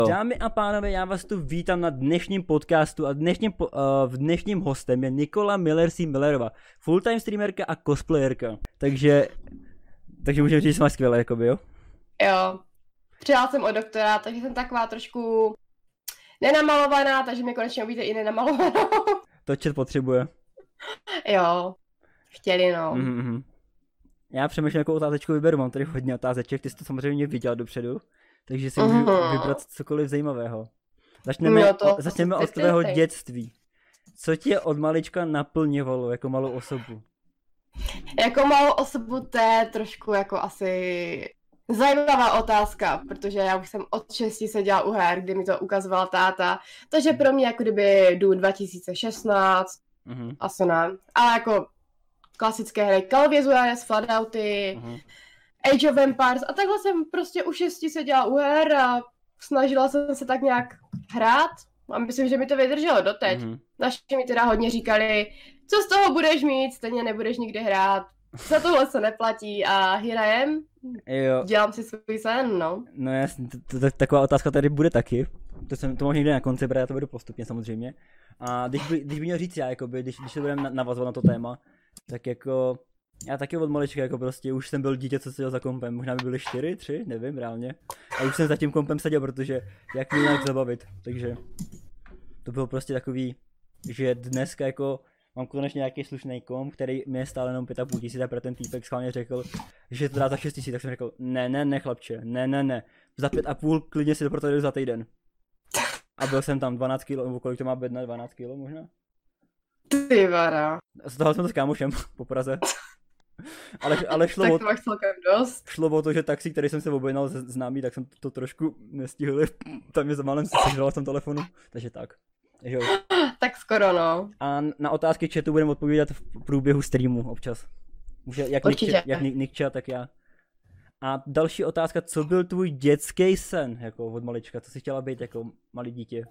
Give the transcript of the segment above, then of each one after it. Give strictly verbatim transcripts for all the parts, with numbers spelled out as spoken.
Dámy a pánové, já vás tu vítám na dnešním podcastu a dnešním, po, uh, v dnešním hostem je Nikola Miller C. Millerova, full-time streamerka a cosplayerka. Takže, takže můžeme říct, že jsme skvělé, jakoby, jo? Jo. Přijala jsem od doktora, takže jsem taková trošku nenamalovaná, takže mě konečně uvidíte i nenamalovanou. To chat potřebuje. Jo. Chtěli, no. Mm-hmm. Já přemýšlím, jakou otázečku vyberu, mám tady hodně otázeček, ty jsi to samozřejmě viděl dopředu. Takže si můžu mm-hmm. vybrat cokoliv zajímavého. Začneme, no to, začneme od tvého dětství. Co tě od malička naplňovalo jako malou osobu? Jako malou osobu to je trošku jako asi zajímavá otázka, protože já už jsem od šesti seděla u her, kdy mi to ukazovala táta. Takže pro mě jako kdyby Doom dva tisíce šestnáct, mm-hmm. asi ne. Ale jako klasické hry Call of Duty, Floodouty, mm-hmm. Age of Empires a takhle jsem prostě u šesti seděla u her a snažila jsem se tak nějak hrát a myslím, že mi to vydrželo doteď. Mm-hmm. Naši mi teda hodně říkali, co z toho budeš mít, stejně nebudeš nikdy hrát, za tohle se neplatí a hrajem, dělám si svůj sen, no. No jasně, taková otázka tady bude taky, to, jsem, to možná někde na konci, protože já to budu postupně samozřejmě. A když by, když by měl říct já, jakoby, když, když se budeme navazovat na to téma, tak jako... Já taky od malička jako prostě už jsem byl dítě, co seděl za kompem, možná by byly čtyři, tři, nevím reálně. A už jsem za tím kompem seděl, protože jak mě nějak zabavit, takže to bylo prostě takový, že dneska jako mám konečně nějaký slušný komp, který mě stále jenom pět a půl tisíc a pro ten týpek schválně řekl, že to dá za šest tisíc, tak jsem řekl, ne, ne, ne chlapče, ne, ne, ne, za pět a půl klidně si to proto jdu za týden. A byl jsem tam dvanáct kilo, nebo kolik to má bedna, dvanáct kilo možná? Ty vara. Z toho jsem to s kámošem po Praze. Ale, ale šlo, tak o, to máš celkem dost. šlo o to, že taxi, který jsem se objednal známý, tak jsem to, to trošku nestihl. Tam je za málem sežrala jsem telefonu, takže tak. Jo. Tak skoro no. A na otázky chatu budeme odpovídat v průběhu streamu občas. Může, jak Nick, jak Nick chat, tak já. A další otázka, co byl tvůj dětský sen, jako od malička, co jsi chtěla být jako malý dítě?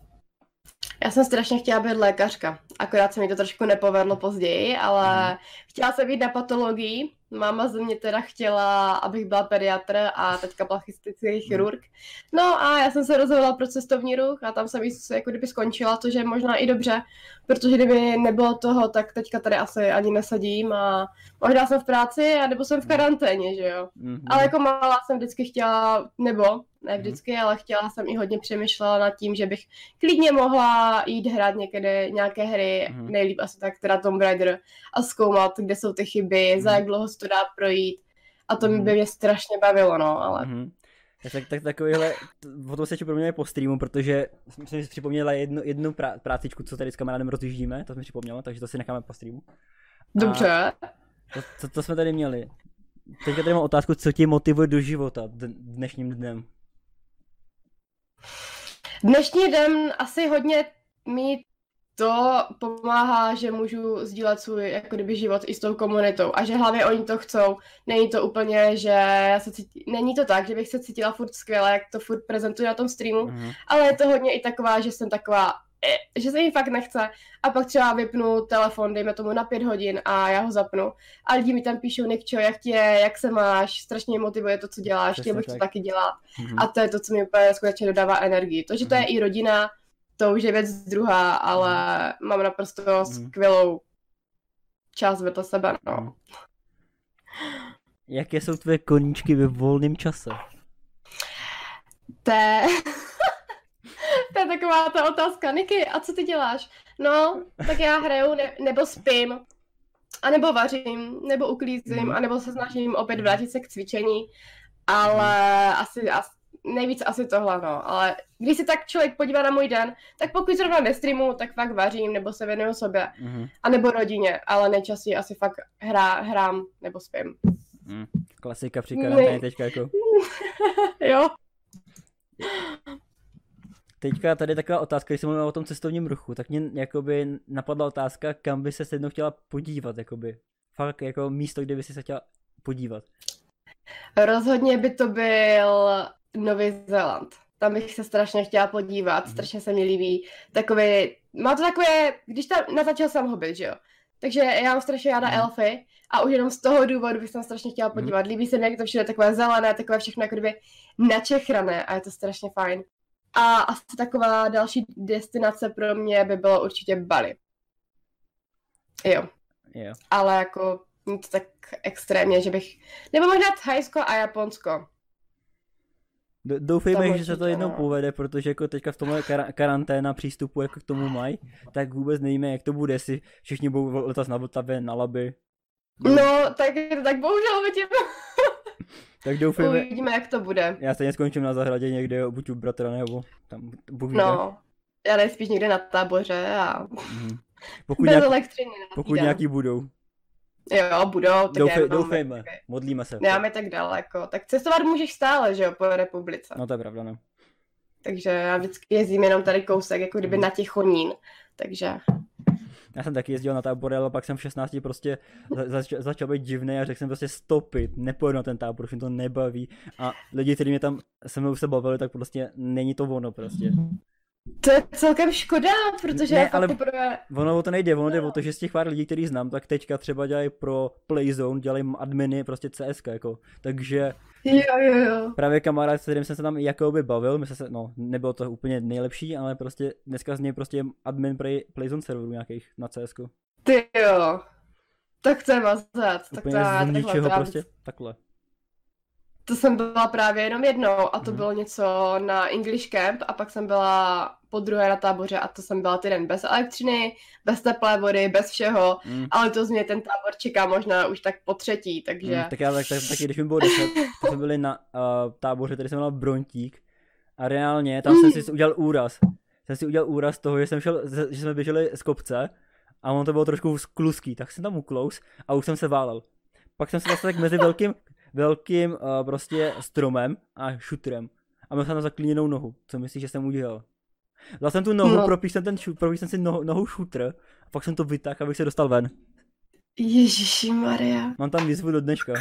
Já jsem strašně chtěla být lékařka, akorát se mi to trošku nepovedlo později, ale mm. chtěla jsem být na patologii. Máma ze mě teda chtěla, abych byla pediatr a teďka plastický chirurg. No a já jsem se rozhodla pro cestovní ruch a tam jsem jako kdyby skončila, což je možná i dobře, protože kdyby nebylo toho, tak teďka tady asi ani nesadím a možná jsem v práci a nebo jsem v karanténě, že jo. Mm-hmm. Ale jako malá jsem vždycky chtěla, nebo ne vždycky, mm-hmm. ale chtěla jsem i hodně přemýšlela nad tím, že bych klidně mohla jít hrát někde nějaké hry, mm-hmm. nejlíp asi tak teda Tomb Raider a zkoumat, kde jsou ty chyby, mm-hmm. za jak dlouho to dá projít a to mm. by mě strašně bavilo, no, ale... Mm-hmm. Tak, tak takovýhle, o tom se ještě promínáme po streamu, protože jsem si připomněla jednu, jednu prá, prácičku, co tady s kamarádem rozjíždíme, to jsme připomněla, takže to si necháme po streamu. Dobře. To, to, to jsme tady měli. Teďka tady mám otázku, co tě motivuje do života dnešním dnem? Dnešní den asi hodně mít to pomáhá, že můžu sdílet svůj jako kdyby život i s tou komunitou a že hlavně oni to chcou. Není to úplně, že já se cítí... Není to tak, že bych se cítila furt skvěle, jak to furt prezentuji na tom streamu, mm-hmm. ale je to hodně i taková, že jsem taková, že se jim fakt nechce a pak třeba vypnu telefon, dejme tomu na pět hodin a já ho zapnu a lidi mi tam píšou, Nikčo, jak tě, jak se máš, strašně mě motivuje to, co děláš, chtěl bych to taky dělat mm-hmm. a to je to, co mi úplně skutečně dodává energii. To, že to je i rodina, to už je věc druhá, ale mm. mám naprosto mm. skvělou část vedle sebe, no. Mm. Jaké jsou tvoje koníčky ve volném čase? To je... to je taková ta otázka. Niky, a co ty děláš? No, tak já hraju, ne- nebo spím, a nebo vařím, nebo uklízím, mm. a nebo se snažím opět vrátit se k cvičení, ale mm. asi... asi nejvíc asi tohle, no, ale když si tak člověk podívá na můj den, tak pokud zrovna nestreamu, tak fakt vařím, nebo se věnuju sobě, mm-hmm. a nebo rodině, ale nejčastěji asi fakt hrá, hrám, nebo spím. Mm. Klasika při karanténě teďka jako. Jo. Teďka tady je taková otázka, když jsem mluvil o tom cestovním ruchu, tak mě jakoby napadla otázka, kam by se jednou chtěla podívat, jakoby. Fakt jako místo, kde by si se chtěla podívat. Rozhodně by to byl Nový Zéland. Tam bych se strašně chtěla podívat, mm. strašně se mi líbí. Takový, má to takové, když tam natáčel jsem Hobbit, že jo. Takže já mám strašně ráda mm. elfy a už jenom z toho důvodu bych tam strašně chtěla podívat. Mm. Líbí se mi, jak to všude takové zelené, takové všechno jako kdyby načechrané a je to strašně fajn. A asi taková další destinace pro mě by bylo určitě Bali. Jo. Jo. Ale jako nic tak extrémně, že bych... Nebo možná Thajsko a Japonsko. Doufejme, že se to jednou no. povede, protože jako teďka v tomhle kar- karanténa přístupu jako k tomu mají, tak vůbec nevíme, jak to bude, jestli všichni budou letat na Vltavě, na Laby. No, tak, tak bohužel vidím. Tak doufejme. Uvidíme, jak to bude. Já stejně skončím na zahradě někde, buď u bratra, nebo tam Bůh ví. No, já nejspíš někde na táboře a... Mhm. Pokud, Bez nějak, elektřiny. pokud nějaký budou. Jo, budou. Tak Doufej, já mám, doufejme, tak, modlíme se. nemáme tak daleko. Tak cestovat můžeš stále, že jo, po republice. No to je pravda, no. Takže já vždycky jezdím jenom tady kousek, jako kdyby na Tichonín. Takže... Já jsem taky jezdil na tábor, ale pak jsem v šestnácti prostě za, zač, začal být divný a řekl jsem prostě stopit, nepojedu na ten tábor, už mě to nebaví. A lidi, kteří mě tam se mnou se bavili, tak prostě není to ono prostě. To je celkem škoda, protože ne, já ale poprvé... ono o to nejde, ono jde o to, že z těch pár lidí, který znám, tak teďka třeba dělají pro Playzone, dělají adminy prostě C S K jako, takže Jo, jo, jo. právě kamarád, s kterým jsem se tam jakoby bavil, my se, no nebylo to úplně nejlepší, ale prostě dneska z něj prostě je admin play, Playzone serverů nějakých na C S K. Ty jo. Tak to je mazat. Tak Úplně to, já, z ničeho takhle, prostě, takhle. To jsem byla právě jenom jednou a to Mhm. bylo něco na English Camp a pak jsem byla po druhé na táboře a to jsem byla týden bez elektřiny, bez teplé vody, bez všeho, Mm. ale to z mě ten tábor čeká možná už tak po třetí, takže... Mm, tak já tak, tak, taky, když mi bylo deset, tak jsme byli na uh, táboře, který se jmenoval Brontík a reálně tam jsem si udělal úraz. Jsem si udělal úraz toho, že jsem šel, že jsme běželi z kopce a on to bylo trošku skluský, tak jsem tam uklous a už jsem se válel. Pak jsem se dostal tak mezi velkým, velkým uh, prostě stromem a šutrem a měl jsem tam zaklíněnou nohu. Co myslíš, že jsem udělal? Dal jsem tu nohu, No. propíš jsem, ten šu, propíš jsem si nohu, nohou šutr a pak jsem to vytáhl, abych se dostal ven. Ježišimaria. Mám tam výzvu do dneška.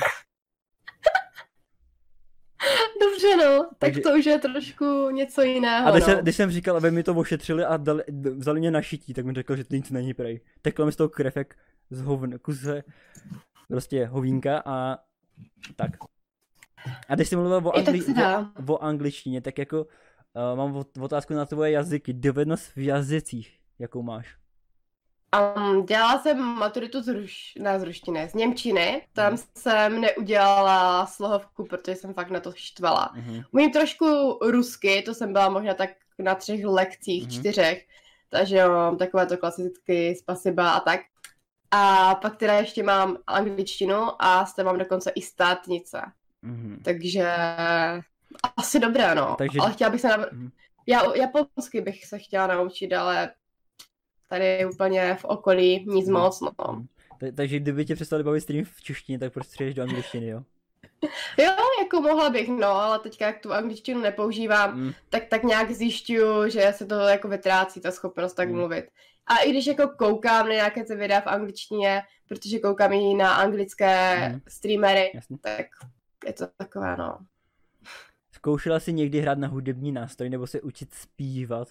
Dobře no, tak Takže- to už je trošku něco jiného, A když, no. jsem, když jsem říkal, aby mi to ošetřili a dali, d- vzali mě na šití, tak mi řekl, že to nic není prej. Tekla mi z toho krev jak z hovn, kuse, prostě hovínka a tak. A když jsi mluvil o, I tak angli- se dá. o, o angličtině, tak jako uh, mám ot- otázku na tvoje jazyky, dovednost v jazycích, jakou máš? Um, dělala jsem maturitu z, ruš... ne, z ruštiny, z němčiny. Tam jsem neudělala slohovku, protože jsem fakt na to štvala. Mhm. Umím trošku rusky, to jsem byla možná tak na třech lekcích, Mhm. čtyřech. Takže jo, mám takové to klasicky spasiba a tak. A pak teda ještě mám angličtinu a s tím mám dokonce i státnice. Mhm. Takže asi dobré, no. Takže- Ale chtěla bych se nav... Mhm. Já japonsky bych se chtěla naučit, ale tady úplně v okolí nic Mhm. moc, no. Mhm. Ta- takže kdyby tě přestali bavit stream v češtině, tak prostě přejdeš do angličtiny, jo? Jo, jako mohla bych, no, ale teďka jak tu angličtinu nepoužívám, Mm. tak tak nějak zjišťuju, že se to jako vytrácí, ta schopnost tak Mm. mluvit. A i když jako koukám na nějaké ty videa v angličtině, protože koukám i na anglické Mm. streamery, Jasně. tak je to takové, no. Zkoušela jsi někdy hrát na hudební nástroj nebo se učit zpívat?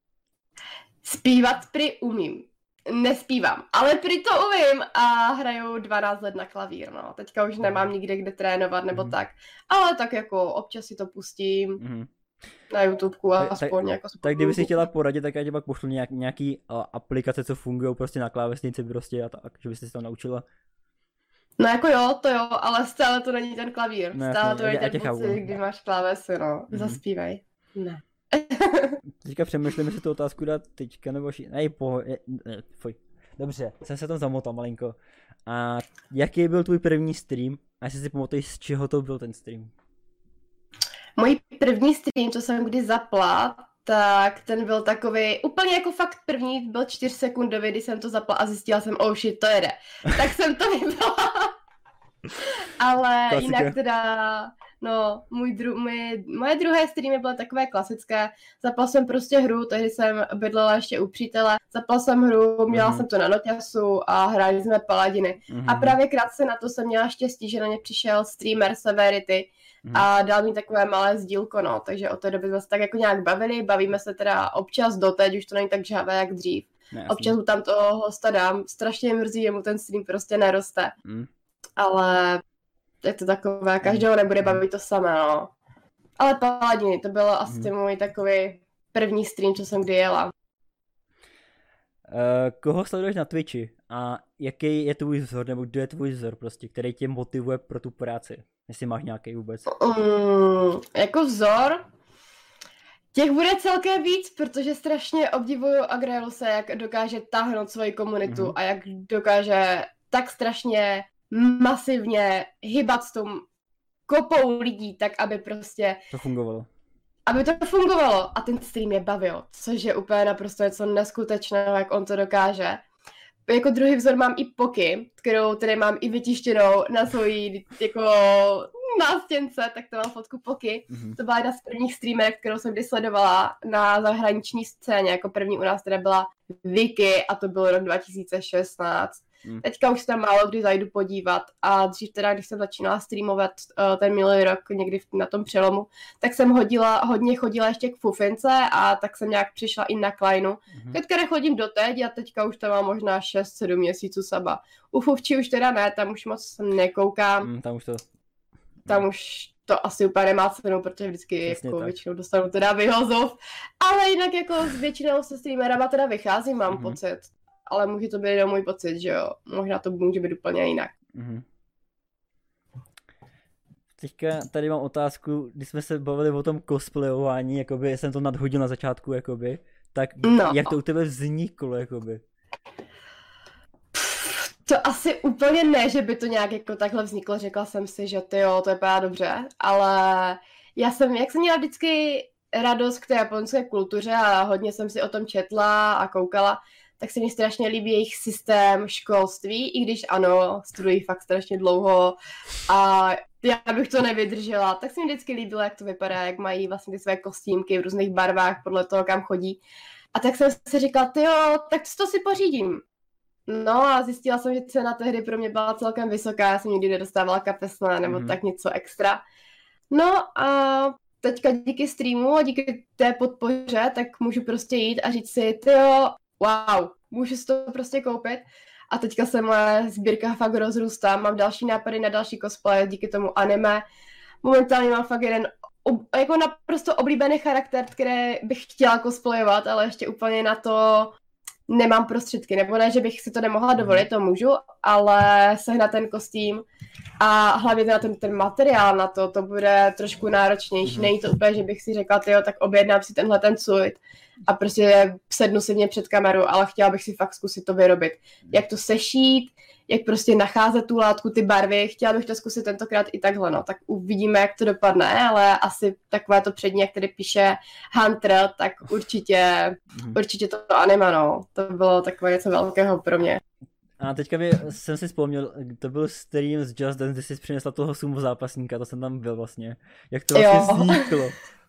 Zpívat prý umím. Nespívám, ale prý to umím a hraju dvanáct let na klavír, no. Teďka už nemám nikde kde trénovat nebo Mhm. tak. Ale tak jako občas si to pustím Mhm. na YouTubeku Tak- tak- aspoň jako Tak kdyby si chtěla poradit, tak já ti pak pošlu nějak, nějaký uh, aplikace, co fungují prostě na klávesnici prostě a tak, že byste si to naučila. No jako jo, to jo, ale stále to není ten klavír. No Stále jasně, to není já tě ten chápu. pocit, kdy máš klávesy, no. Mhm. Zaspívej. Ne. Teďka přemýšlím, jestli tu otázku dát teďka nebo ši... Nej, po... ne, ne, fuj. Dobře, jsem se tam zamotal malinko. A jaký byl tvůj první stream? A jestli si pamatuješ, z čeho to byl ten stream? Můj první stream, co jsem kdy zapla, tak ten byl takový úplně jako fakt první, byl čtyřsekundový, když jsem to zapla a zjistila jsem, oh shit, to jede. Tak jsem to vybrala. Ale Klasika. jinak teda, no, můj dru, můj, moje druhé streamy byly takové klasické. Zapla jsem prostě hru, tehdy jsem bydlela ještě u přítele. Zapla jsem hru, měla Mhm. jsem to na noťasu a hráli jsme paladiny. Mhm. A právě krátce na to jsem měla štěstí, že na ně přišel streamer Severity Mhm. a dal mi takové malé sdílko, no. Takže od té doby jsme se tak jako nějak bavili, bavíme se teda občas doteď, už to není tak žhavé jak dřív. Ne, jasně. Občas mu tam toho hosta dám, strašně mrzí, že mu ten stream prostě neroste. Mm. Ale je to takové, každého nebude bavit to samé, no. Ale paladiny, to bylo asi Mhm. můj takový první stream, co jsem kdy jela. Uh, koho sleduješ na Twitchi a jaký je tvůj vzor, nebo kdo je tvůj vzor prostě, který tě motivuje pro tu práci? Jestli máš nějaký vůbec. Um, jako vzor? Těch bude celkem víc, protože strašně obdivuju Agreeluse, jak dokáže táhnout svoji komunitu mm-hmm. a jak dokáže tak strašně masivně hybat s tou kopou lidí, tak aby prostě... To fungovalo. Aby to fungovalo a ten stream je bavil, což je úplně naprosto něco neskutečného, jak on to dokáže. Jako druhý vzor mám i Poky, kterou tady mám i vytištěnou na svojí jako nástěnce, tak to mám fotku Poky. Mm-hmm. To byla jedna z prvních streamerek, kterou jsem kdy sledovala na zahraniční scéně, jako první u nás teda byla Vicky a to byl rok dva tisíce šestnáct. Mm. Teďka už se tam málo kdy zajdu podívat a dřív teda, když jsem začínala streamovat uh, ten minulý rok někdy na tom přelomu, tak jsem hodila, hodně chodila ještě k Fufince a tak jsem nějak přišla i na Kleinu. Mm-hmm. Teďka nechodím doteď a teďka už tam mám možná šest sedm měsíců saba. U Fufči už teda ne, tam už moc nekoukám. Mm, tam už to... Tam už to asi úplně nemá cenu, protože vždycky jako většinou dostanu teda vyhozov. Ale jinak jako s většinou se streamerama teda vycházím, mám mm-hmm. pocit. Ale může to být jenom můj pocit, že jo. Možná to může být úplně jinak. Mm-hmm. Teďka tady mám otázku, když jsme se bavili o tom cosplayování, jakoby jsem to nadhodil na začátku, jakoby, tak no. Jak to u tebe vzniklo, jakoby? To asi úplně ne, že by to nějak jako takhle vzniklo, řekla jsem si, že ty jo, to je právě dobře, ale já jsem, jak jsem měla vždycky radost k té japonské kultuře a hodně jsem si o tom četla a koukala, tak se mi strašně líbí jejich systém školství, i když ano, studují fakt strašně dlouho a já bych to nevydržela, tak se mi vždycky líbilo, jak to vypadá, jak mají vlastně ty své kostýmky v různých barvách podle toho, kam chodí. A tak jsem si říkala, tyjo, tak to si pořídím. No a zjistila jsem, že cena tehdy pro mě byla celkem vysoká, já jsem nikdy nedostávala kapesné nebo mm. tak něco extra. No a teďka díky streamu a díky té podpoře, tak můžu prostě jít a říct si, tyjo, wow, můžu si to prostě koupit. A teďka se moje sbírka fakt rozrůstá, mám další nápady na další cosplay díky tomu anime. Momentálně mám fakt jeden ob, jako naprosto oblíbený charakter, který bych chtěla cosplayovat, ale ještě úplně na to nemám prostředky, nebo ne, že bych si to nemohla dovolit, to můžu, ale sehnat ten kostým a hlavně teda ten, ten materiál na to, to bude trošku náročnější. Mm-hmm. Není to úplně, že bych si řekla, tyjo, tak objednám si tenhle ten suit a prostě sednu si mě před kameru, ale chtěla bych si fakt zkusit to vyrobit. Jak to sešít, jak prostě nacházet tu látku, ty barvy, chtěla bych to zkusit tentokrát i takhle, no, tak uvidíme, jak to dopadne, ale asi takové to přední, jak tady píše Hunter, tak určitě, mm-hmm. určitě to anime, no, to bylo takové něco velkého pro mě. A teďka by, jsem si vzpomněl, to byl stream z Just Dance, kdy jsi přinesla toho sumo zápasníka, to jsem tam byl vlastně. Jak to vlastně vzniklo?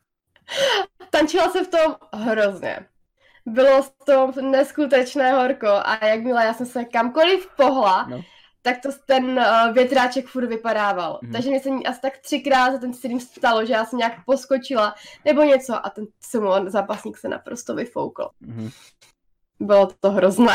Tančila se v tom hrozně. Bylo v tom neskutečné horko a jakmile já jsem se kamkoliv pohla, no. tak to ten uh, větráček furt vypadával. Mm. Takže mi se asi tak třikrát za ten stream stalo, že já jsem nějak poskočila nebo něco a ten sumo zápasník se naprosto vyfoukl. Mm. Bylo to hrozné.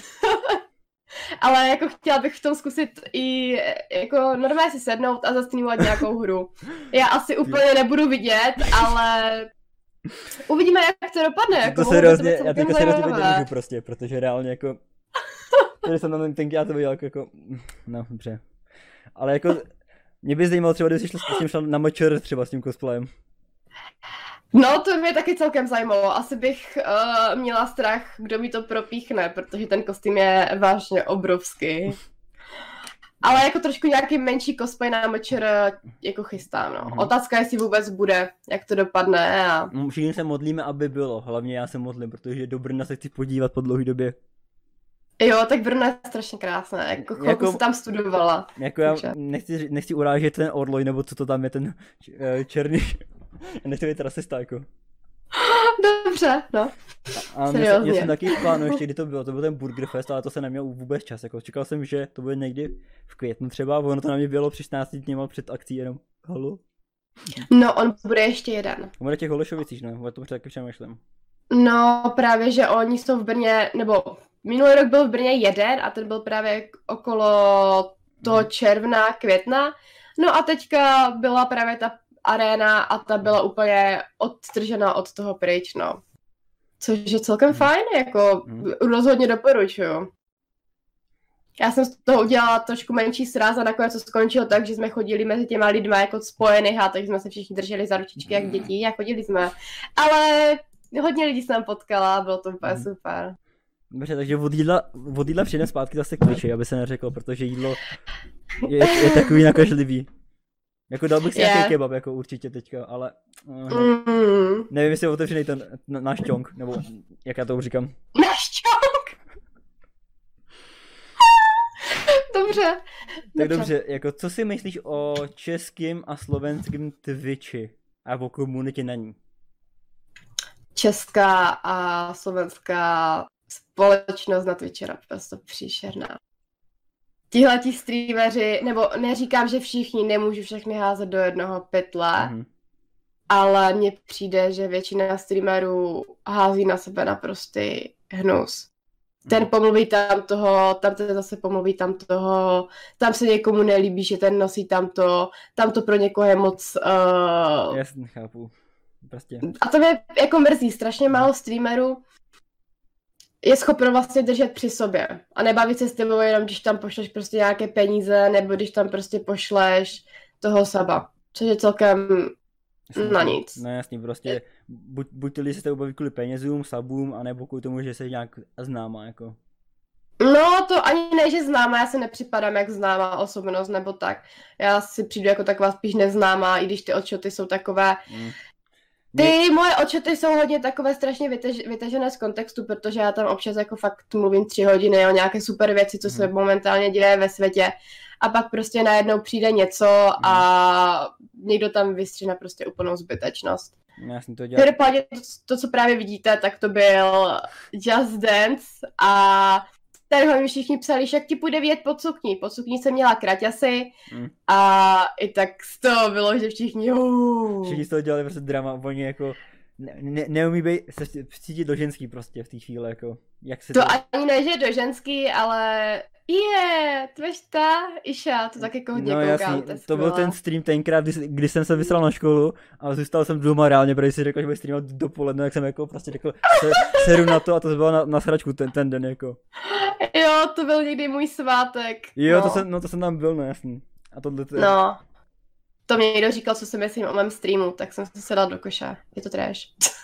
Ale jako chtěla bych v tom zkusit i jako normálně si sednout a zastreamovat nějakou hru. Já asi úplně nebudu vidět, ale uvidíme, jak to dopadne. Jako to se hrozně, já teďka se hrozně nemůžu prostě, protože reálně jako, když jsem tam tenkrát já to viděl jako, jako, no dobře. Ale jako, mě by zajímalo třeba, kdyby jsi s tím šla na mačer třeba s tím cosplayem. No, to mě taky celkem zajímalo. Asi bych uh, měla strach, kdo mi to propíchne, protože ten kostým je vážně obrovský. Ale jako trošku nějaký menší cosplay na mačer jako chystám, no. Uhum. Otázka, jestli vůbec bude, jak to dopadne a... Všichni se modlíme, aby bylo. Hlavně já se modlím, protože do Brna se chci podívat po dlouhé době. Jo, tak Brno je strašně krásné, jako chvilku jako, se tam studovala. Jako já nechci, nechci urážet ten Orloj, nebo co to tam je, ten černý... Nechci být rasista, jako. Dobře, no. A, a mě, mě jsem taky plánu ještě, kdy to bylo, to byl ten Burger Fest, ale to se neměl vůbec čas, jako čekal jsem, že to bude někdy v květnu třeba, ono to na mě bylo při čtrnácti dní před akcí jenom. Halo? No, on bude ještě jeden. On bude těch Holešovicích, ne? Bude to taky přemýšlím. No, právě, že oni jsou v Brně, nebo minulý rok byl v Brně jeden a ten byl právě okolo toho června, května. No a teďka byla právě ta aréna a ta byla úplně odtržená od toho pryč, no. Což je celkem Mhm. fajn, jako Mhm. rozhodně doporučuju. Já jsem z toho udělala trošku menší sraz a nakonec to skončilo tak, že jsme chodili mezi těma lidma jako spojených a takže jsme se všichni drželi za ručičky jak děti a chodili jsme. Ale hodně lidí jsem potkala, bylo to úplně Mhm. super. Dobře, takže od jídla, od jídla přijdeme zpátky zase k kliši, aby se neřeklo, protože jídlo je, je takový nakažlivý. Jako dal bych si Je. nějaký kebab, jako určitě teďka, ale uh, ne, Mm. nevím, jestli je otevřený ten na- náš čong, nebo jak já to už říkám. Náš čok! Dobře. Tak dobře, jako co si myslíš o českým a slovenském Twitchi a o komunitě na ní? Česká a slovenská společnost na Twitchi je prostě příšerná. Tihletí streameři, nebo neříkám, že všichni, nemůžu všechny házet do jednoho pytle, Mhm. ale mně přijde, že většina streamerů hází na sebe naprostý hnus. Ten pomluví tam toho, tam to zase pomluví tam toho, tam se někomu nelíbí, že ten nosí tamto, tam to pro někoho je moc... Uh... Jasně, chápu. Prostě. A to mě jako mrzí, strašně málo streamerů je schopno vlastně držet při sobě a nebavit se s tebou jenom, když tam pošleš prostě nějaké peníze, nebo když tam prostě pošleš toho saba, což je celkem na nic. No jasný, prostě buď, buď ty lidi se s tebou baví kvůli penězům, sabům, anebo kvůli tomu, že jsi nějak známá, jako. No, to ani ne, že známá, já se nepřipadám jak známá osobnost, nebo tak. Já si přijdu jako taková spíš neznámá, i když ty odčoty jsou takové... Mm. Ty moje odčoty jsou hodně takové strašně vytaž, vytažené z kontextu, protože já tam občas jako fakt mluvím tři hodiny o nějaké super věci, co se Mhm. momentálně děje ve světě. A pak prostě najednou přijde něco a někdo tam vystřihne prostě úplnou zbytečnost. No jasný, to dělá. Každopádně to, to, co právě vidíte, tak to byl Just Dance a tady mi všichni psali, že jak ti půjde vyjet pod sukní. Pod sukní jsem měla kraťasy Mm. a i tak z toho bylo, že všichni uh. Všichni z toho dělali prostě drama, oni jako ne, ne, neumí být, se cítit do ženský prostě v té chvíli, jako. Jak se To to... ani ne, že je do ženský, ale je, tveš ta, Iša, to tak jako hodně No koukám. jasný, je to byl skvělé. ten stream tenkrát, kdy, kdy jsem se vyslal na školu a zůstal jsem doma reálně, protože si řekl, že budu streamovat dopoledne, tak jsem jako prostě řekl, se, seru na to a to bylo na, na sračku ten, ten den, jako. Jo, to byl někdy můj svátek. Jo, no. to jsem, no to jsem tam byl, no jasný. A tohle to je... No, to mě někdo říkal, co si myslím o mém streamu, tak jsem se dal do koše. Je to trash.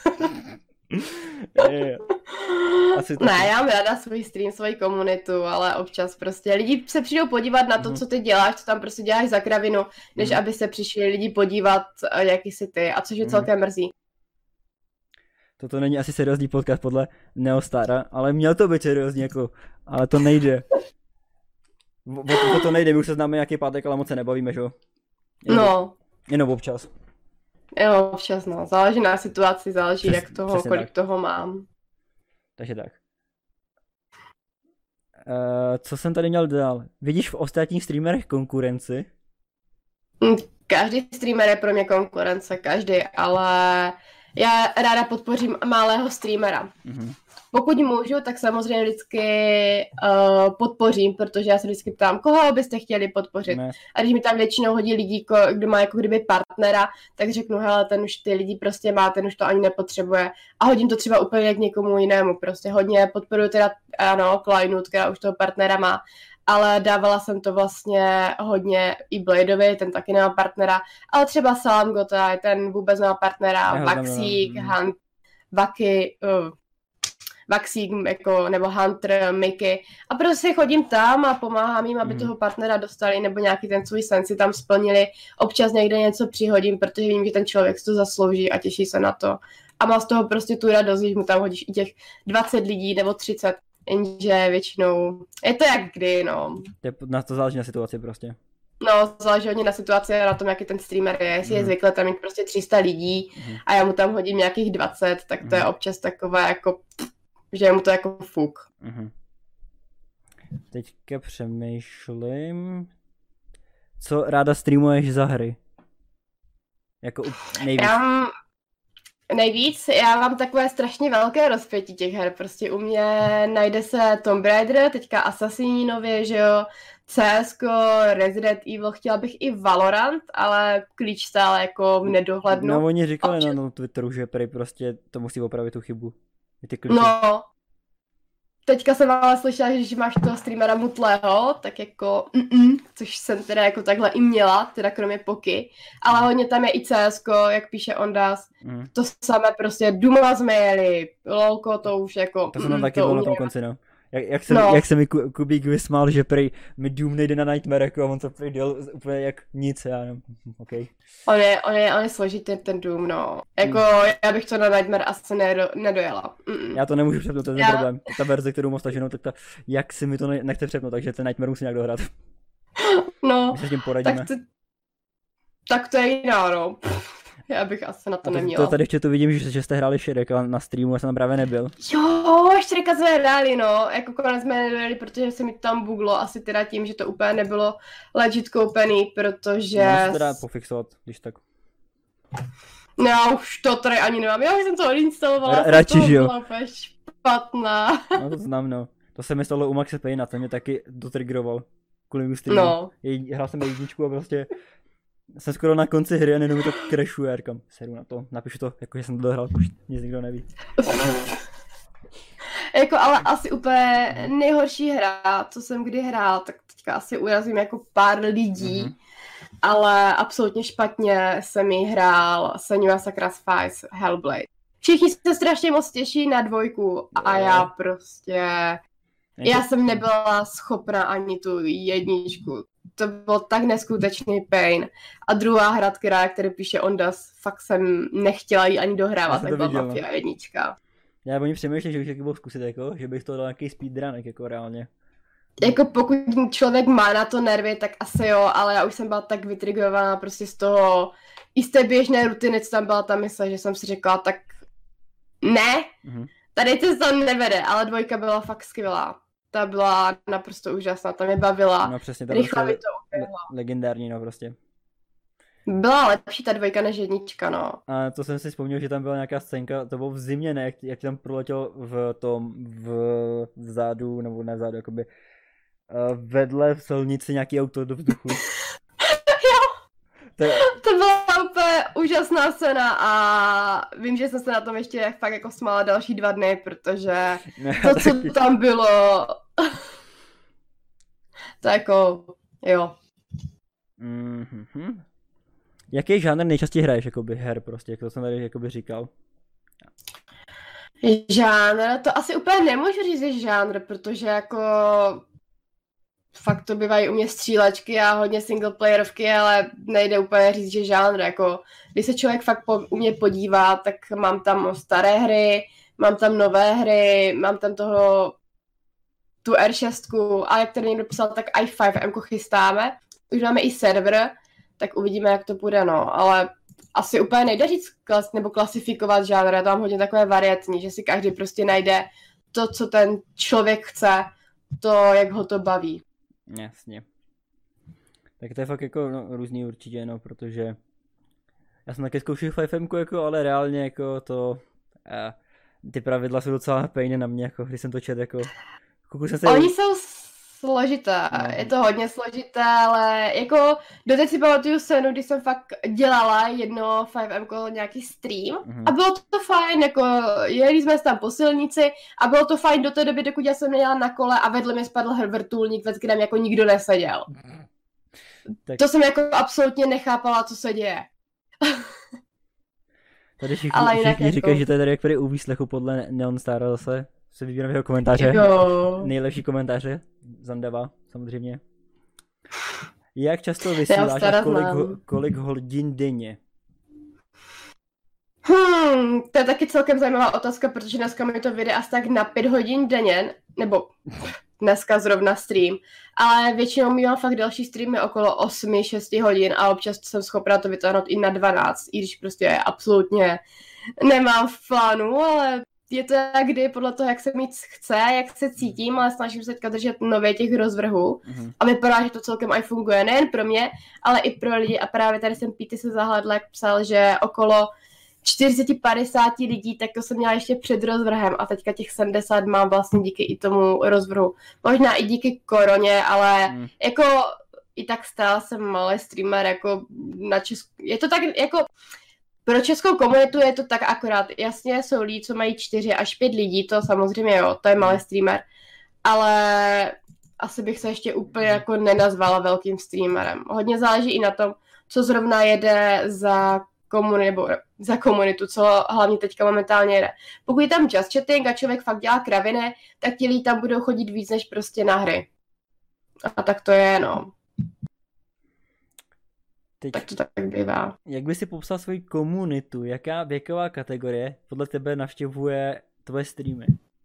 je, je. Asi Ne, taky. já mám ráda svůj stream, svoji komunitu, ale občas prostě lidi se přijdou podívat na to, Mhm. co ty děláš, co tam prostě děláš za kravinu, než Mhm. aby se přišli lidi podívat, eh, jaký jsi ty, a což je Mhm. celkem mrzí. Toto není asi seriózní podcast podle Neostara, ale měl to být seriózní, jako, ale to nejde. O, o, o to nejde, my už se známe nějaký pátek, ale moc se nebavíme, že jo? Jenom, No, jenom občas. jo, občas no, záleží na situaci, záleží Přes- jak toho, přesně kolik tak. toho mám. Takže tak. Uh, co jsem tady měl dál? Vidíš v ostatních streamerech konkurenci? Mm, Každý streamer je pro mě konkurence, každý, ale já ráda podpořím malého streamera. Mhm. Pokud můžu, tak samozřejmě vždycky uh, podpořím, protože já se vždycky ptám, koho byste chtěli podpořit. Ne. A když mi tam většinou hodí lidí, ko- kdo má jako kdyby partnera, tak řeknu, hele, ten už ty lidi prostě má, ten už to ani nepotřebuje. A hodím to třeba úplně k někomu jinému. Prostě hodně podporuji teda, ano, Kleinu, která už toho partnera má, ale dávala jsem to vlastně hodně i Bladeovi, ten taky nemá partnera, ale třeba Salam Gotai, ten vůbec nemá partnera, Já ho znám, Vaxík, no. Hunt, Vaky, uh, Vaxík jako, nebo Hunter, Mickey. A prostě chodím tam a pomáhám jim, aby Mhm. toho partnera dostali, nebo nějaký ten svůj sen si tam splnili. Občas někde něco přihodím, protože vím, že ten člověk si to zaslouží a těší se na to. A má z toho prostě tu radost, když mu tam hodíš i těch dvacet lidí nebo třicet, jenže většinou je to jak kdy, no. To je- Na to záleží na situaci prostě. No, záleží hodně na situaci a na tom, jaký ten streamer je. Jestli je Mhm. zvyklý tam mít prostě tři sta lidí Mhm. a já mu tam hodím nějakých dvacet, tak to je Mhm. občas takové jako, že je mu to jako fuk. Mhm. Teďka přemýšlím. Co ráda streamuješ za hry? Jako u- nejvíc. Já mám nejvíc, já mám takové strašně velké rozpětí těch her, prostě u mě najde se Tomb Raider, teďka Assassini nově, že jo, C S ko, Resident Evil, chtěla bych i Valorant, ale klíč stále jako v nedohlednu. No oni říkali Občas- na, na Twitteru, že prý prostě to musí opravit tu chybu. Ty kliky. No, teďka jsem ale slyšela, že když máš toho streamera mutlého, tak jako mm-mm, což jsem teda jako takhle i měla, teda kromě Poky, ale hodně tam je i C S ko, jak píše Ondas, mm. to samé prostě Duma jsme jeli, lolko to už jako... To jsem tam mm, taky bylo na tom konci, no. Jak, jak, se, no. jak se mi Kubík vysmál, že prej mi Doom nejde na Nightmare, jako a on to prej dělal úplně jak nic, já nevím, ok. On je, on je, on je složitý ten Doom, no. Jako, mm. já bych to na Nightmare asi nedo, nedojela. Mm. Já to nemůžu přepnout, to je ten já... problém. Ta verze, kterou mám staženou, tak ta, jak si mi to ne, nechce přepnout, takže ten Nightmare musí nějak dohrát. No, my se s tím poradíme. Tak to, tak to je jiná, no. Já bych asi na to, to neměla. To tady ještě tu vidím, že, že jste hráli Šereka na streamu, já jsem tam právě nebyl. Jo, Šereka jsme hráli, no. Jako konec jsme nedojeli, protože se mi tam buglo, asi teda tím, že to úplně nebylo legit koupený, protože... No, se teda pofixovat, když tak. No, já už to tady ani nemám, já už jsem to odinstalovala, R- radši, že jo. Špatná. No to znám, no. To se mi stalo u Maxe Payna, ten mě taky dotriggeroval. Kvůli streamu. No. Jej, hrál jsem jedničku a prostě... Jsem skoro na konci hry a jenom mi to crashuje, já říkám, seru na to, napíšu to, jako že jsem to dohrál, už nic nikdo neví. Jako ale asi úplně nejhorší hra, co jsem kdy hrál, tak teďka asi urazím jako pár lidí, mm-hmm. ale absolutně špatně jsem ji hrál Senua's Sacrifice Hellblade. Všichni se strašně moc těší na dvojku a já prostě, já jsem nebyla schopna ani tu jedničku. To byl tak neskutečný pain. A druhá hra, která, který píše Ondas, fakt jsem nechtěla jí ani dohrávat, tak byla Mafia jednička. Já o ní přemýšlím, že už jaký byl zkusit, jako, že bych to dal nějaký speedrunek, jako reálně. Jako pokud člověk má na to nervy, tak asi jo, ale já už jsem byla tak vytrigovaná prostě z toho, i z té běžné rutiny, co tam byla ta mise, že jsem si řekla, tak ne, mm-hmm. tady to tam nevede, ale dvojka byla fakt skvělá. Ta byla naprosto úžasná, ta mě bavila. No přesně, ta rychle mi to le- legendární, no prostě. Byla lepší ta dvojka než jednička, no. A to jsem si vzpomněl, že tam byla nějaká scénka, to bylo v zimě, ne, jak, jak tam proletěl v tom, v vzadu, nebo ne vzadu, jakoby uh, vedle v silnici nějaký auto do vzduchu. Jo, to, je... to byla úplně úžasná scéna a vím, že jsem se na tom ještě fakt jako smála další dva dny, protože to, co tam bylo, to jako, jo. Mm-hmm. Jaký žánr nejčastěji hraješ, jakoby her prostě, jak to jsem tady jakoby říkal? Žánr? To asi úplně nemůžu říct, že žánr, protože jako fakt to bývají u mě střílečky a hodně singleplayerovky, ale nejde úplně říct, že žánr, jako když se člověk fakt po, u mě podívá, tak mám tam staré hry, mám tam nové hry, mám tam toho tu R šest a jak tady někdo psal, tak i pět M chystáme, už máme i server, tak uvidíme, jak to bude, no, ale asi úplně nejde říct klas, nebo klasifikovat žánr, já to mám hodně takové variantní, že si každý prostě najde to, co ten člověk chce, to, jak ho to baví. Jasně. Tak to je fakt jako no, různý určitě, no, protože já jsem taky zkoušel pět M, jako, ale reálně jako to, eh, ty pravidla jsou docela pejně na mě, jako, když jsem to čet, jako, jsem se... Oni jsou složité, no. Je to hodně složité, ale jako doteď si pamatuju scénu, když jsem fakt dělala jedno pět M nějaký stream mm-hmm. a bylo to fajn, jako jeli jsme tam po silnici a bylo to fajn do té doby, dokud já jsem nejela na kole a vedle mě spadl vrtulník, ve kterém jako nikdo neseděl. Tak... To jsem jako absolutně nechápala, co se děje. Tady všichni, všichni jako... říkají, že to je tady jak tady u výslechu podle Neon Star zase. Se vybírám jeho komentáře. Jo. Nejlepší komentáře. Zandava, samozřejmě. Jak často vysíláš a kolik, ho, kolik hodin denně? Hmm, to je taky celkem zajímavá otázka, protože dneska mi to vyjde asi tak na pět hodin denně, nebo dneska zrovna stream, ale většinou mývám fakt další streamy okolo osm šest hodin a občas jsem schopná to vytáhnout i na dvanáct, i když prostě absolutně nemám v plánu, ale je to jak kdy podle toho, jak se mít chce, jak se cítím, ale snažím se teďka držet nově těch rozvrhů mm-hmm. a vypadá, že to celkem aj funguje, nejen pro mě, ale i pro lidi a právě tady jsem Píty se zahledla, jak psal, že okolo čtyřicet padesát lidí, tak to jsem měla ještě před rozvrhem a teďka těch sedmdesát mám vlastně díky i tomu rozvrhu. Možná i díky koroně, ale mm. jako i tak stále jsem malý streamer, jako na Česku. Je to tak jako Pro českou komunitu je to tak akorát. Jasně jsou lidi, co mají čtyři až pět lidí, to samozřejmě jo, to je malý streamer. Ale asi bych se ještě úplně jako nenazvala velkým streamerem. Hodně záleží i na tom, co zrovna jede za komunitu, nebo za komunitu, co hlavně teďka momentálně jede. Pokud je tam just chatting a člověk fakt dělá kraviny, tak ti lidi tam budou chodit víc než prostě na hry. A tak to je, no. Teď, tak to tak bývá. Jak by si popsal svoji komunitu? Jaká věková kategorie podle tebe navštěvuje tvoje streamy?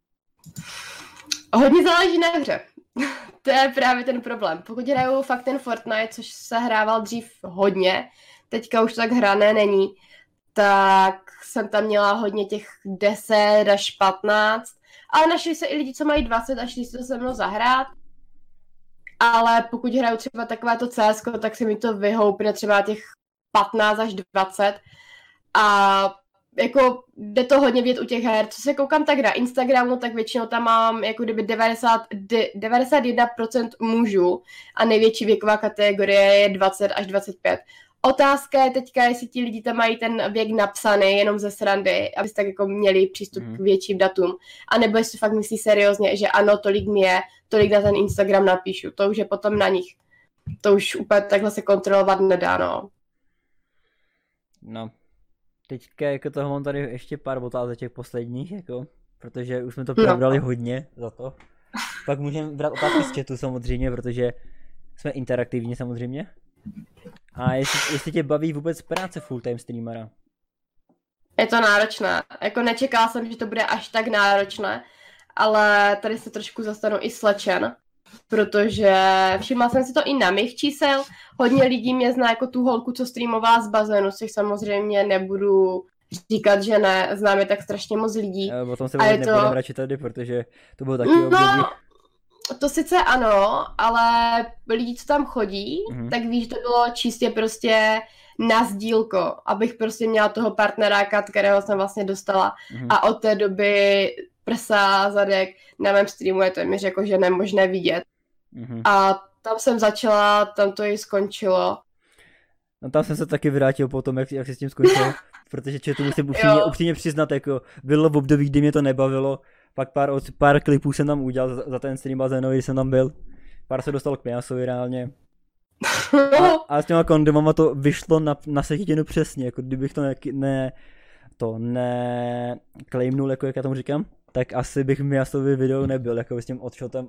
Hodně záleží na hře. To je právě ten problém. Pokud hraju fakt ten Fortnite, což se hrával dřív hodně, teďka už tak hrané není, tak jsem tam měla hodně těch deset až patnáct, ale našli se i lidi, co mají dvacet a šli si to se mnou zahrát. Ale pokud hraju třeba takovéto C S ko, tak se mi to vyhoupne třeba těch patnáct až dvacet. A jako jde to hodně vidět u těch her. Co se koukám tak na Instagramu, tak většinou tam mám jako kdyby devadesát, devadesát jedna procent mužů a největší věková kategorie je dvacet až dvacet pět. Otázka je teďka, jestli ti lidi tam mají ten věk napsaný jenom ze srandy, aby tak jako měli přístup mm. k větším datům. A nebo jestli fakt myslí seriózně, že ano, tolik mi je, tolik na ten Instagram napíšu. To už je potom na nich. To už úplně takhle se kontrolovat nedá, no. No, teďka jako toho mám tady ještě pár otázek těch posledních, jako, protože už jsme to probrali no. hodně za to. Pak můžeme brát otázky z chatu samozřejmě, protože jsme interaktivní samozřejmě. A jestli, jestli tě baví vůbec práce full-time streamera? Je to náročné. Jako nečekala jsem, že to bude až tak náročné, ale tady se trošku zastanu i slečen, protože všimla jsem si to i na mých čísel. Hodně lidí mě zná jako tu holku, co streamovala z bazénu, což samozřejmě nebudu říkat, že ne, znám je tak strašně moc lidí. E, o tom se vůbec nebudeme to... radši tady, protože to bylo taky no... období. To sice ano, ale lidi, co tam chodí, mm-hmm. tak víš, to bylo čistě prostě na sdílko, abych prostě měla toho partneráka, kterého jsem vlastně dostala mm-hmm. a od té doby prsa, zadek na mém streamu je to mi řekl, že nemožné vidět. Mm-hmm. A tam jsem začala, tam to i skončilo. No tam jsem se taky vrátil potom, jak, jak jsi s tím skončil, protože četu musím upřímně, upřímně přiznat, jako bylo v období, kdy mě to nebavilo. Pak pár, pár klipů jsem tam udělal za, za ten stream bazénový, když jsem tam byl. Pár se dostal k Miasovi reálně. A, a s těma kondomama to vyšlo na, na setinu přesně, jako kdybych to ne, ne to ne claimnul, jako jak já tomu říkám, tak asi bych v Miasovi video nebyl, jako s tím odshotem.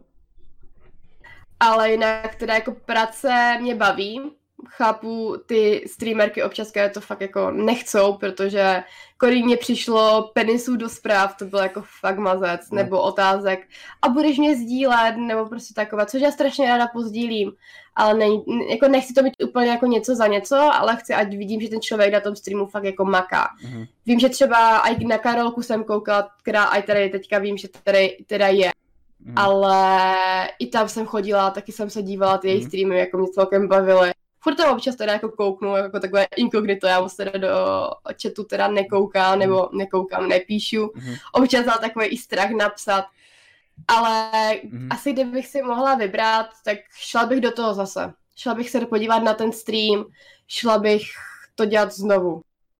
Ale jinak teda jako práce mě baví. Chápu ty streamerky občas, které to fakt jako nechcou, protože kolik mě přišlo penisů do zpráv, to bylo jako fakt mazec, no. Nebo otázek a budeš mě sdílet, nebo prostě takové, což já strašně ráda pozdílím, ale ne, jako nechci to mít úplně jako něco za něco, ale chci, ať vidím, že ten člověk na tom streamu fakt jako maká. Mm-hmm. Vím, že třeba i na Karolku jsem koukala, která i tady teďka vím, že tady teda je. Mm. Ale i tam jsem chodila, taky jsem se dívala ty mm. její streamy, jako mě celkem bavily. Furt tam občas teda jako kouknu, jako takové inkognito, já moc teda do chatu teda nekoukám, nebo nekoukám, nepíšu. Mm-hmm. Občas mám takový i strach napsat. Ale mm-hmm. asi kdybych si mohla vybrat, tak šla bych do toho zase. Šla bych se podívat na ten stream, šla bych to dělat znovu.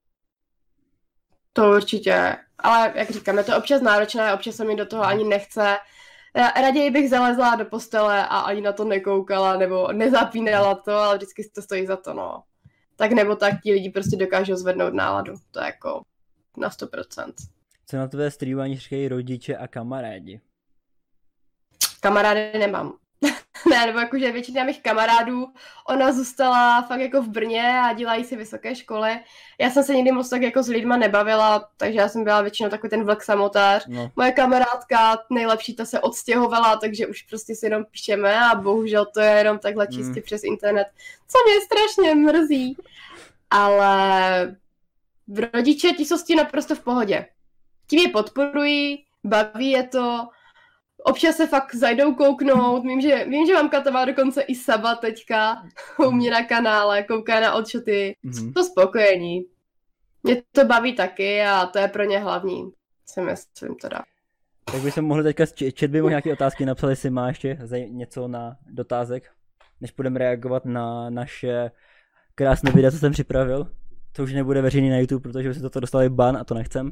To určitě. Ale jak říkám, je to občas náročné, občas se mi do toho ani nechce. Raději bych zalezla do postele a ani na to nekoukala, nebo nezapínala to, ale vždycky to stojí za to, no. Tak nebo tak ti lidi prostě dokážou zvednout náladu, to je jako na sto procent. Co na tvé streamování říkají rodiče a kamarádi? Kamarády nemám. Ne, nebo jakože většina mých kamarádů, ona zůstala fakt jako v Brně a dělají si vysoké školy. Já jsem se nikdy moc tak jako s lidma nebavila, takže já jsem byla většinou takový ten vlk samotář. No. Moje kamarádka nejlepší, ta se odstěhovala, takže už prostě si jenom píšeme a bohužel to je jenom takhle čistě mm. přes internet, co mě strašně mrzí. Ale rodiče, ti jsou s tím naprosto v pohodě. Ti mě podporují, baví je to. Občas se fakt zajdou kouknout, vím, že, vím, že mamka to má dokonce i Saba teďka u mě na kanále, kouká na odshoty, mm-hmm. to spokojení. Mě to baví taky a to je pro ně hlavní, si myslím teda. Tak bychom mohli teďka z chat by mohl nějaké otázky napsat, jestli má ještě něco na dotázek, než budeme reagovat na naše krásné videa, co jsem připravil. to už nebude veřejný na YouTube, protože by se toto dostali ban a to nechcem.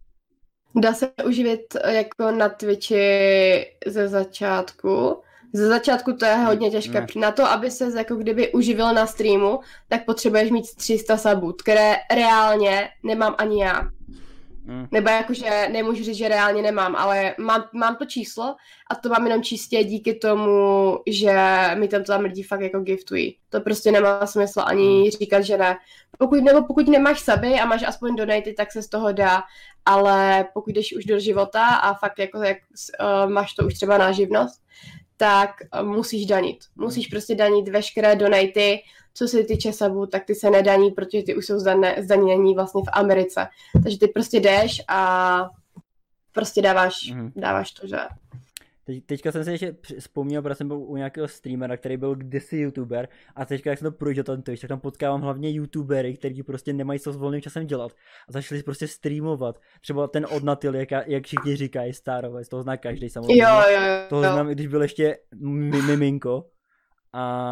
Dá se uživit jako na Twitchi ze začátku. Ze začátku to je hodně těžké. Ne. Na to, aby se jako kdyby uživil na streamu, tak potřebuješ mít tři sta sabů, které reálně nemám ani já. Mm. Nebo jakože nemůžu říct, že reálně nemám, ale mám, mám to číslo a to mám jenom čistě díky tomu, že mi tam tam lidi fakt jako giftují. To prostě nemá smysl ani říkat, že ne. Pokud, nebo pokud nemáš saby a máš aspoň donaty, tak se z toho dá, ale pokud jdeš už do života a fakt jako jak, uh, máš to už třeba na živnost, tak uh, musíš danit. Musíš prostě danit veškeré donaty. Co se týče sabů, tak ty se nedaní, protože ty už jsou zdanění vlastně v Americe. Takže ty prostě jdeš a prostě dáváš, mm-hmm. dáváš to, že... Teď, teďka jsem si ještě vzpomněl, protože jsem byl u nějakého streamera, který byl kdysi youtuber a teďka jak jsem to projížděl ten Twitch, tak tam potkávám hlavně youtubery, kteří prostě nemají co s volným časem dělat a začali prostě streamovat. Třeba ten Odnatil, jak, jak všichni říkají, Starovec, toho zná každý samozřejmě. Jo, jo, jo. Toho znám, i když byl ještě miminko a...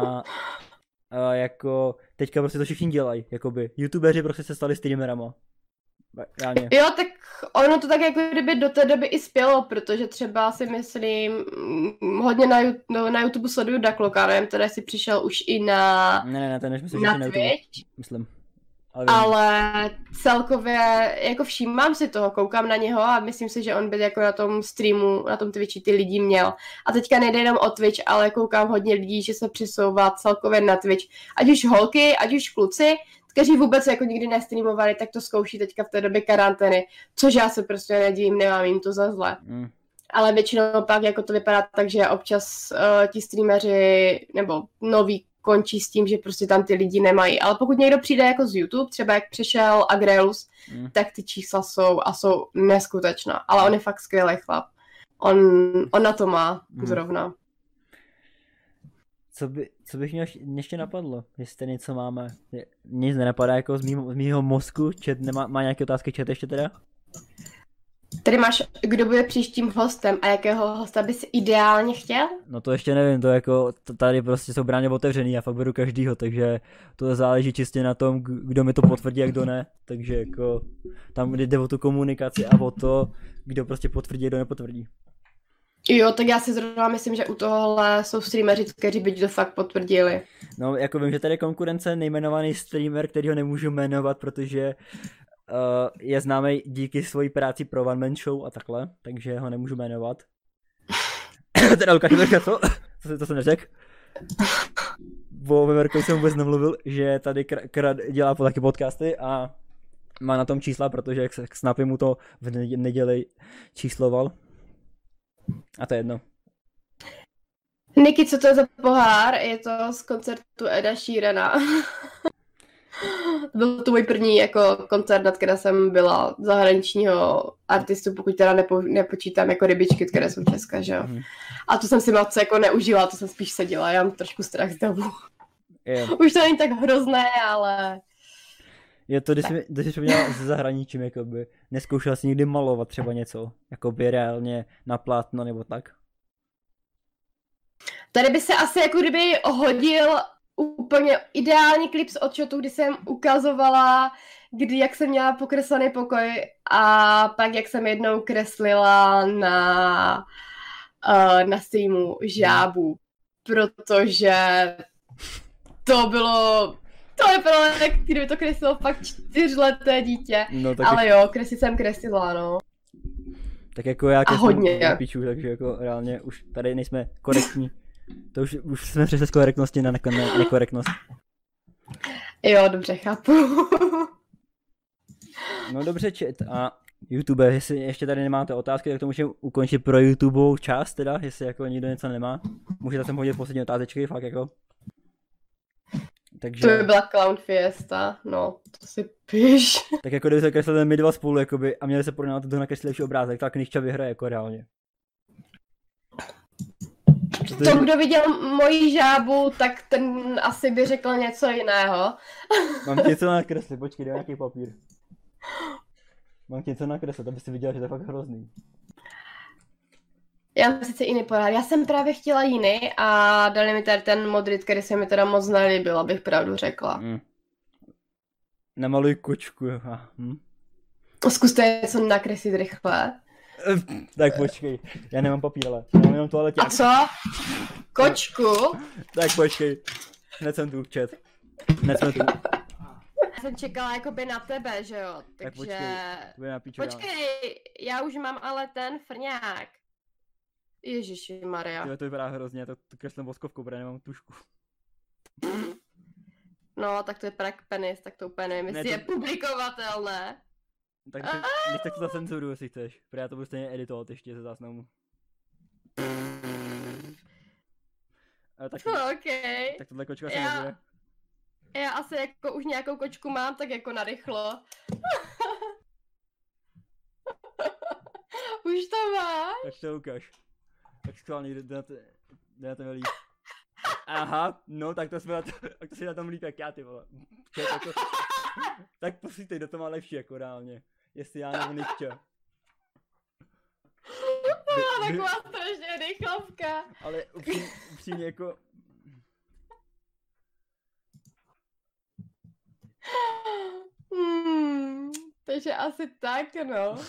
A jako teďka prostě to všichni dělají, jakoby. YouTubeři prostě se stali streamerama. Reálně. Jo, tak ono to tak jako kdyby do té doby i spělo, protože třeba si myslím, hodně na, no, na YouTube sleduju Dakloka, nevím, teda si přišel už i na Ne, ne, ne, ten než myslím, na že na YouTube, myslím. Ale, ale celkově, jako všímám si toho, koukám na něho a myslím si, že on by jako na tom streamu, na tom Twitchi ty lidi měl. A teďka nejde jenom o Twitch, ale koukám hodně lidí, že se přesouvá celkově na Twitch. Ať už holky, ať už kluci, kteří vůbec jako nikdy nestreamovali, tak to zkouší teďka v té době karantény, což já se prostě nedivím, nemám jim to za zle. Mm. Ale většinou pak jako to vypadá tak, že občas uh, ti streameři nebo noví končí s tím, že prostě tam ty lidi nemají. Ale pokud někdo přijde jako z YouTube, třeba jak přišel Agrelus, mm. tak ty čísla jsou a jsou neskutečná. Ale on je fakt skvělý chlap. On, on na to má mm. zrovna. Co, by, co bych měl ještě napadlo, jestli něco máme? Nic nenapadá jako z mýho, z mýho mozku, chat nemá, má nějaké otázky chat ještě teda? Tady máš, kdo bude příštím hostem a jakého hosta bys ideálně chtěl? No to ještě nevím, to jako, to tady prostě jsou bráně otevřený, já fakt beru každýho, takže to záleží čistě na tom, kdo mi to potvrdí a kdo ne, takže jako tam jde o tu komunikaci a o to, kdo prostě potvrdí a kdo nepotvrdí. Jo, tak já si zrovna myslím, že u tohohle jsou streameři, kteří by to fakt potvrdili. No jako vím, že tady je konkurence nejmenovaný streamer, který ho nemůžu jmenovat, protože Uh, je známý díky svojí práci pro One Man Show a takhle, takže ho nemůžu jmenovat. Teda Lukáš Veverka, co? To, to jsem neřekl. O Veverkovi jsem vůbec nemluvil, že tady kr- kr- dělá po taky podcasty a má na tom čísla, protože k Snapy mu to v neděli čísloval. A to je jedno. Niky, co to je za pohár? Je to z koncertu Eda Sheerana. Byl to můj první jako koncert, nad které jsem byla zahraničního artistu, pokud teda nepo, nepočítám jako rybičky, které jsou české, že jo. Mm. A to jsem si moc jako neužila, to jsem spíš seděla, já mám trošku strach z davu. Yeah. Už to není tak hrozné, ale... Je to, když jsi, když jsi měla se zahraničím, jakoby, neskoušela jsi někdy malovat třeba něco, jakoby reálně na plátno nebo tak? Tady by se asi jako kdyby hodil úplně ideální klip z odšotu, kdy jsem ukazovala, kdy jak jsem měla pokreslený pokoj a pak jak jsem jednou kreslila na, uh, na streamu žábu, protože to bylo, to vypadalo, jak kdyby to kreslilo fakt čtyřleté dítě, no, ale je... jo, kreslit jsem kreslila, no. Tak jako já kreslím na píču, takže jako reálně už tady nejsme korektní. To už, už jsme přešli z korektnosti na ne- nekorektnost. Jo, dobře, chápu. No dobře, chat. A YouTube, jestli ještě tady nemáte otázky, tak to můžeme ukončit pro YouTubeovou část teda, jestli jako nikdo něco nemá. Můžete sem hodit poslední otázečky, fakt jako. Takže... To by byla Clown Fiesta, no, to si píš. Tak jako kdyby se kreslili my dva spolu, jakoby, a měli se porovnat, kdo nakreslil lepší obrázek, tak Nikča vyhraje jako reálně. To, kdo viděl moji žábu, tak ten asi by řekl něco jiného. Mám ti něco nakreslit, počkej, dej nějaký papír. Mám ti něco nakreslit, aby si viděla, že to je fakt hrozný. Já mám sice jiný pořád. Já jsem právě chtěla jiný a dali mi tady ten modrý, který se mi teda moc nelíbil, abych pravdu řekla. Mm. Namaluj kočku, aha. Hm? Zkuste něco nakreslit rychle. Tak počkej, já nemám papír, ale já mám jenom toaleťák. A co? Kočku? Tak počkej, hned jsem tu, chat. Hned jsme tu. Já jsem čekala jakoby na tebe, že jo, takže... Tak počkej, to bude na píču, Počkej, já už mám ale ten frňák. Ježiši Maria. Tyhle, to vypadá hrozně, to, to kreslím voskovkou, protože nemám tušku. No, tak to je prak penis, tak to úplně nevím, Ne, jestli to- je publikovatelné. Tak když když tak to zacenzuruju, jestli chceš, protože já to budu stejně editovat ještě ze záznamu. Ale tak, OK. tak tohle kočka se Já- nebude. Já asi jako už nějakou kočku mám, tak jako narychlo. Už to máš? Tak to ukáž. Tak schválně, jde na, te, jde na ten líp. Aha, no tak to jsme na to, tak to si na tom líp jak já, ty vole. Ček, tak, to, tak posítej, kdo to má lepší jako reálně. Jestli já nebo Nikča. No, taková strašně rychlovka. Ale upřímně, upřímně jako, Hmm, takže asi tak, no.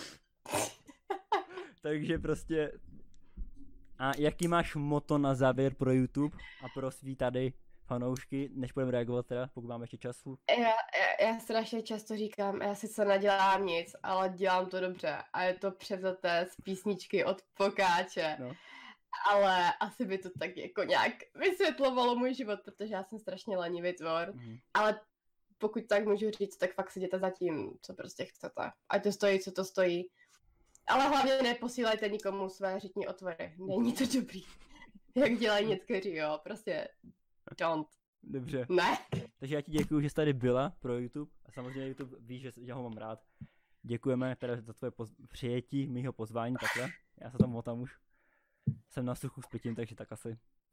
takže prostě. A jaký máš moto na závěr pro YouTube a pro svý tady fanoušky, než budeme reagovat teda, pokud máme ještě času? Já, já, já strašně často říkám, já sice nedělám nic, ale dělám to dobře. A je to převzaté z písničky od Pokáče. No. Ale asi by to tak jako nějak vysvětlovalo můj život, protože já jsem strašně lenivý tvor. Mhm. Ale pokud tak můžu říct, tak fakt si jděte za tím, co prostě chcete. Ať to stojí, co to stojí. Ale hlavně neposílejte nikomu své řitní otvory. Není to dobrý. Jak dělají někteří, jo. Prostě don't. Dobře. Ne. Takže já ti děkuji, že jsi tady byla pro YouTube. A samozřejmě YouTube ví, že, že ho mám rád. Děkujeme teda za tvoje poz- přijetí mýho pozvání takhle. Já se tam motám už. Jsem na suchu s pitím, takže tak asi.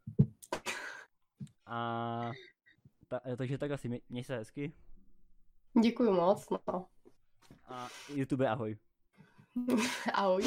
A ta, takže tak asi, mě, měj se hezky. Děkuju moc, no. A YouTube ahoj. Ahoj.